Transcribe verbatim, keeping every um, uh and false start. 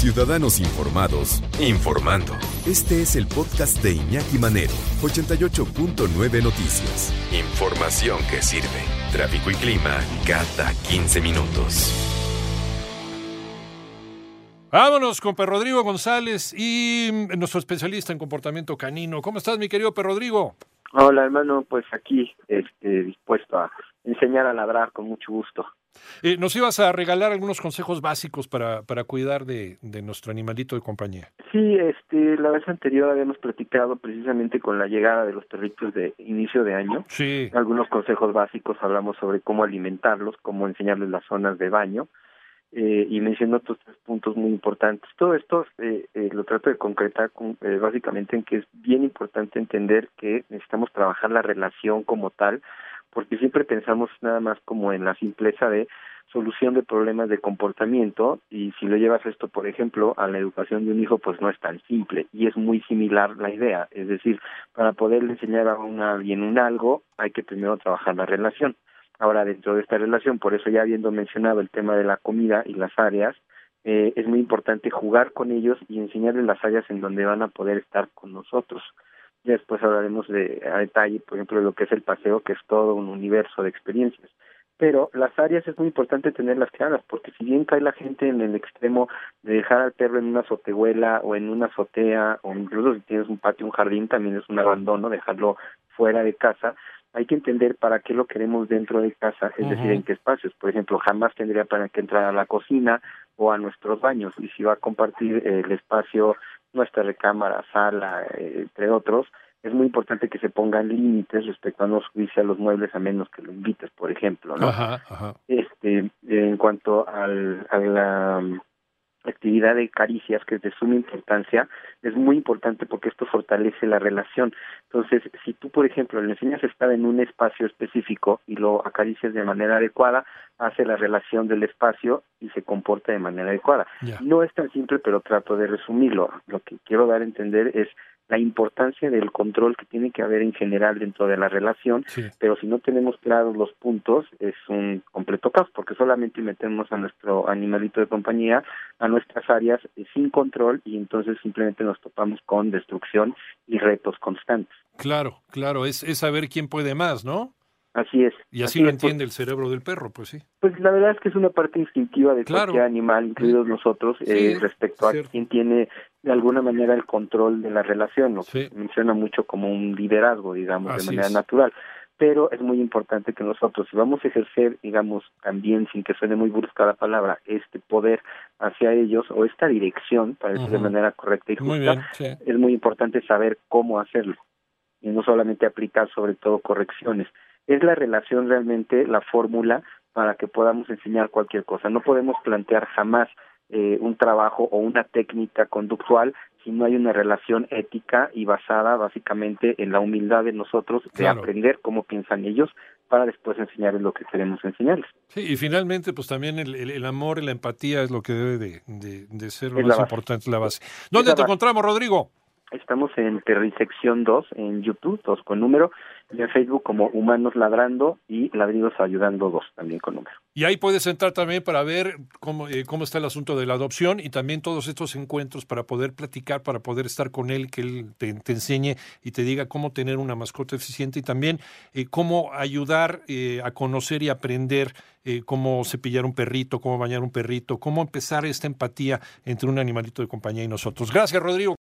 Ciudadanos informados, informando. Este es el podcast de Iñaki Manero, ochenta y ocho punto nueve Noticias. Información que sirve. Tráfico y clima cada quince minutos. Vámonos con Per Rodrigo González y nuestro especialista en comportamiento canino. ¿Cómo estás, mi querido Per Rodrigo? Hola, hermano, pues aquí este, dispuesto a enseñar a ladrar con mucho gusto. Eh, nos ibas a regalar algunos consejos básicos para, para cuidar de, de nuestro animalito de compañía. Sí, este, la vez anterior habíamos platicado precisamente con la llegada de los perritos de inicio de año. Sí. Algunos consejos básicos, hablamos sobre cómo alimentarlos, cómo enseñarles las zonas de baño. Eh, y mencionó otros tres puntos muy importantes. Todo esto eh, eh, lo trato de concretar con, eh, básicamente en que es bien importante entender que necesitamos trabajar la relación como tal, porque siempre pensamos nada más como en la simpleza de solución de problemas de comportamiento, y si lo llevas esto, por ejemplo, a la educación de un hijo, pues no es tan simple, y es muy similar la idea. Es decir, para poderle enseñar a un, alguien un algo, hay que primero trabajar la relación. Ahora, dentro de esta relación, por eso ya habiendo mencionado el tema de la comida y las áreas, eh, es muy importante jugar con ellos y enseñarles las áreas en donde van a poder estar con nosotros. Ya después hablaremos de a detalle, por ejemplo, de lo que es el paseo, que es todo un universo de experiencias. Pero las áreas es muy importante tenerlas claras, porque si bien cae la gente en el extremo de dejar al perro en una azotehuela o en una azotea, o incluso si tienes un patio, un jardín, también es un abandono dejarlo fuera de casa. Hay que entender para qué lo queremos dentro de casa, es uh-huh. decir, en qué espacios. Por ejemplo, jamás tendría para qué entrar a la cocina o a nuestros baños. Y si va a compartir eh, el espacio, nuestra recámara, sala, eh, entre otros, es muy importante que se pongan límites respecto a no subirse a los muebles a menos que lo invites, por ejemplo, ¿no? Ajá, ajá. Este, en cuanto al, a la um, actividad de caricias, que es de suma importancia, es muy importante porque esto fortalece la relación. Entonces, si tú, por ejemplo, le enseñas a estar en un espacio específico y lo acaricias de manera adecuada, hace la relación del espacio y se comporta de manera adecuada. Yeah. No es tan simple, pero trato de resumirlo. Lo que quiero dar a entender es la importancia del control que tiene que haber en general dentro de la relación, sí. Pero si no tenemos claros los puntos, es un completo caos, porque solamente metemos a nuestro animalito de compañía a nuestras áreas eh, sin control, y entonces simplemente nos topamos con destrucción y retos constantes. Claro, claro, es, es saber quién puede más, ¿no? Así es. Y así, así lo es, entiende pues, el cerebro del perro, pues sí. Pues la verdad es que es una parte instintiva de claro. cualquier animal, incluidos nosotros, sí, eh, respecto cierto. a quién tiene de alguna manera el control de la relación, lo que sí. menciona mucho como un liderazgo, digamos, así de manera es. natural. Pero es muy importante que nosotros, si vamos a ejercer, digamos, también, sin que suene muy brusca la palabra, este poder hacia ellos, o esta dirección, para decir uh-huh. de manera correcta y justa, muy bien, sí. es muy importante saber cómo hacerlo, y no solamente aplicar sobre todo correcciones. Es la relación realmente la fórmula para que podamos enseñar cualquier cosa. No podemos plantear jamás eh, un trabajo o una técnica conductual si no hay una relación ética y basada básicamente en la humildad de nosotros, de claro. aprender cómo piensan ellos, para después enseñarles lo que queremos enseñarles. Sí, y finalmente pues también el, el, el amor y la empatía es lo que debe de, de, de ser lo es más importante, la base. ¿Dónde te base. encontramos, Rodrigo? Estamos en Perrisección dos, en YouTube, dos con número, y en Facebook como Humanos Ladrando y Ladridos Ayudando dos, también con número. Y ahí puedes entrar también para ver cómo, eh, cómo está el asunto de la adopción, y también todos estos encuentros para poder platicar, para poder estar con él, que él te, te enseñe y te diga cómo tener una mascota eficiente, y también eh, cómo ayudar eh, a conocer y aprender eh, cómo cepillar un perrito, cómo bañar un perrito, cómo empezar esta empatía entre un animalito de compañía y nosotros. Gracias, Rodrigo.